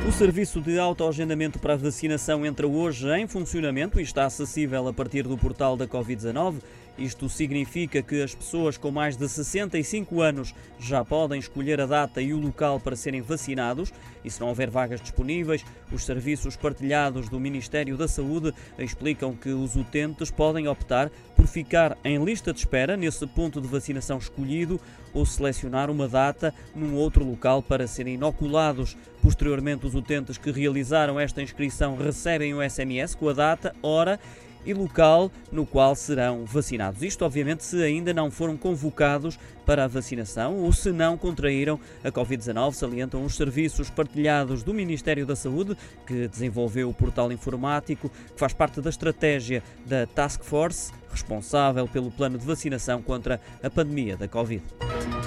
O serviço de autoagendamento para a vacinação entra hoje em funcionamento e está acessível a partir do portal da Covid-19. Isto significa que as pessoas com mais de 65 anos já podem escolher a data e o local para serem vacinados e, se não houver vagas disponíveis, os serviços partilhados do Ministério da Saúde explicam que os utentes podem optar por ficar em lista de espera nesse ponto de vacinação escolhido ou selecionar uma data num outro local para serem inoculados. Posteriormente, os utentes que realizaram esta inscrição recebem um SMS com a data, hora e local no qual serão vacinados. Isto, obviamente, se ainda não foram convocados para a vacinação ou se não contraíram a Covid-19, salientam os serviços partilhados do Ministério da Saúde, que desenvolveu o portal informático, que faz parte da estratégia da Task Force, responsável pelo plano de vacinação contra a pandemia da Covid.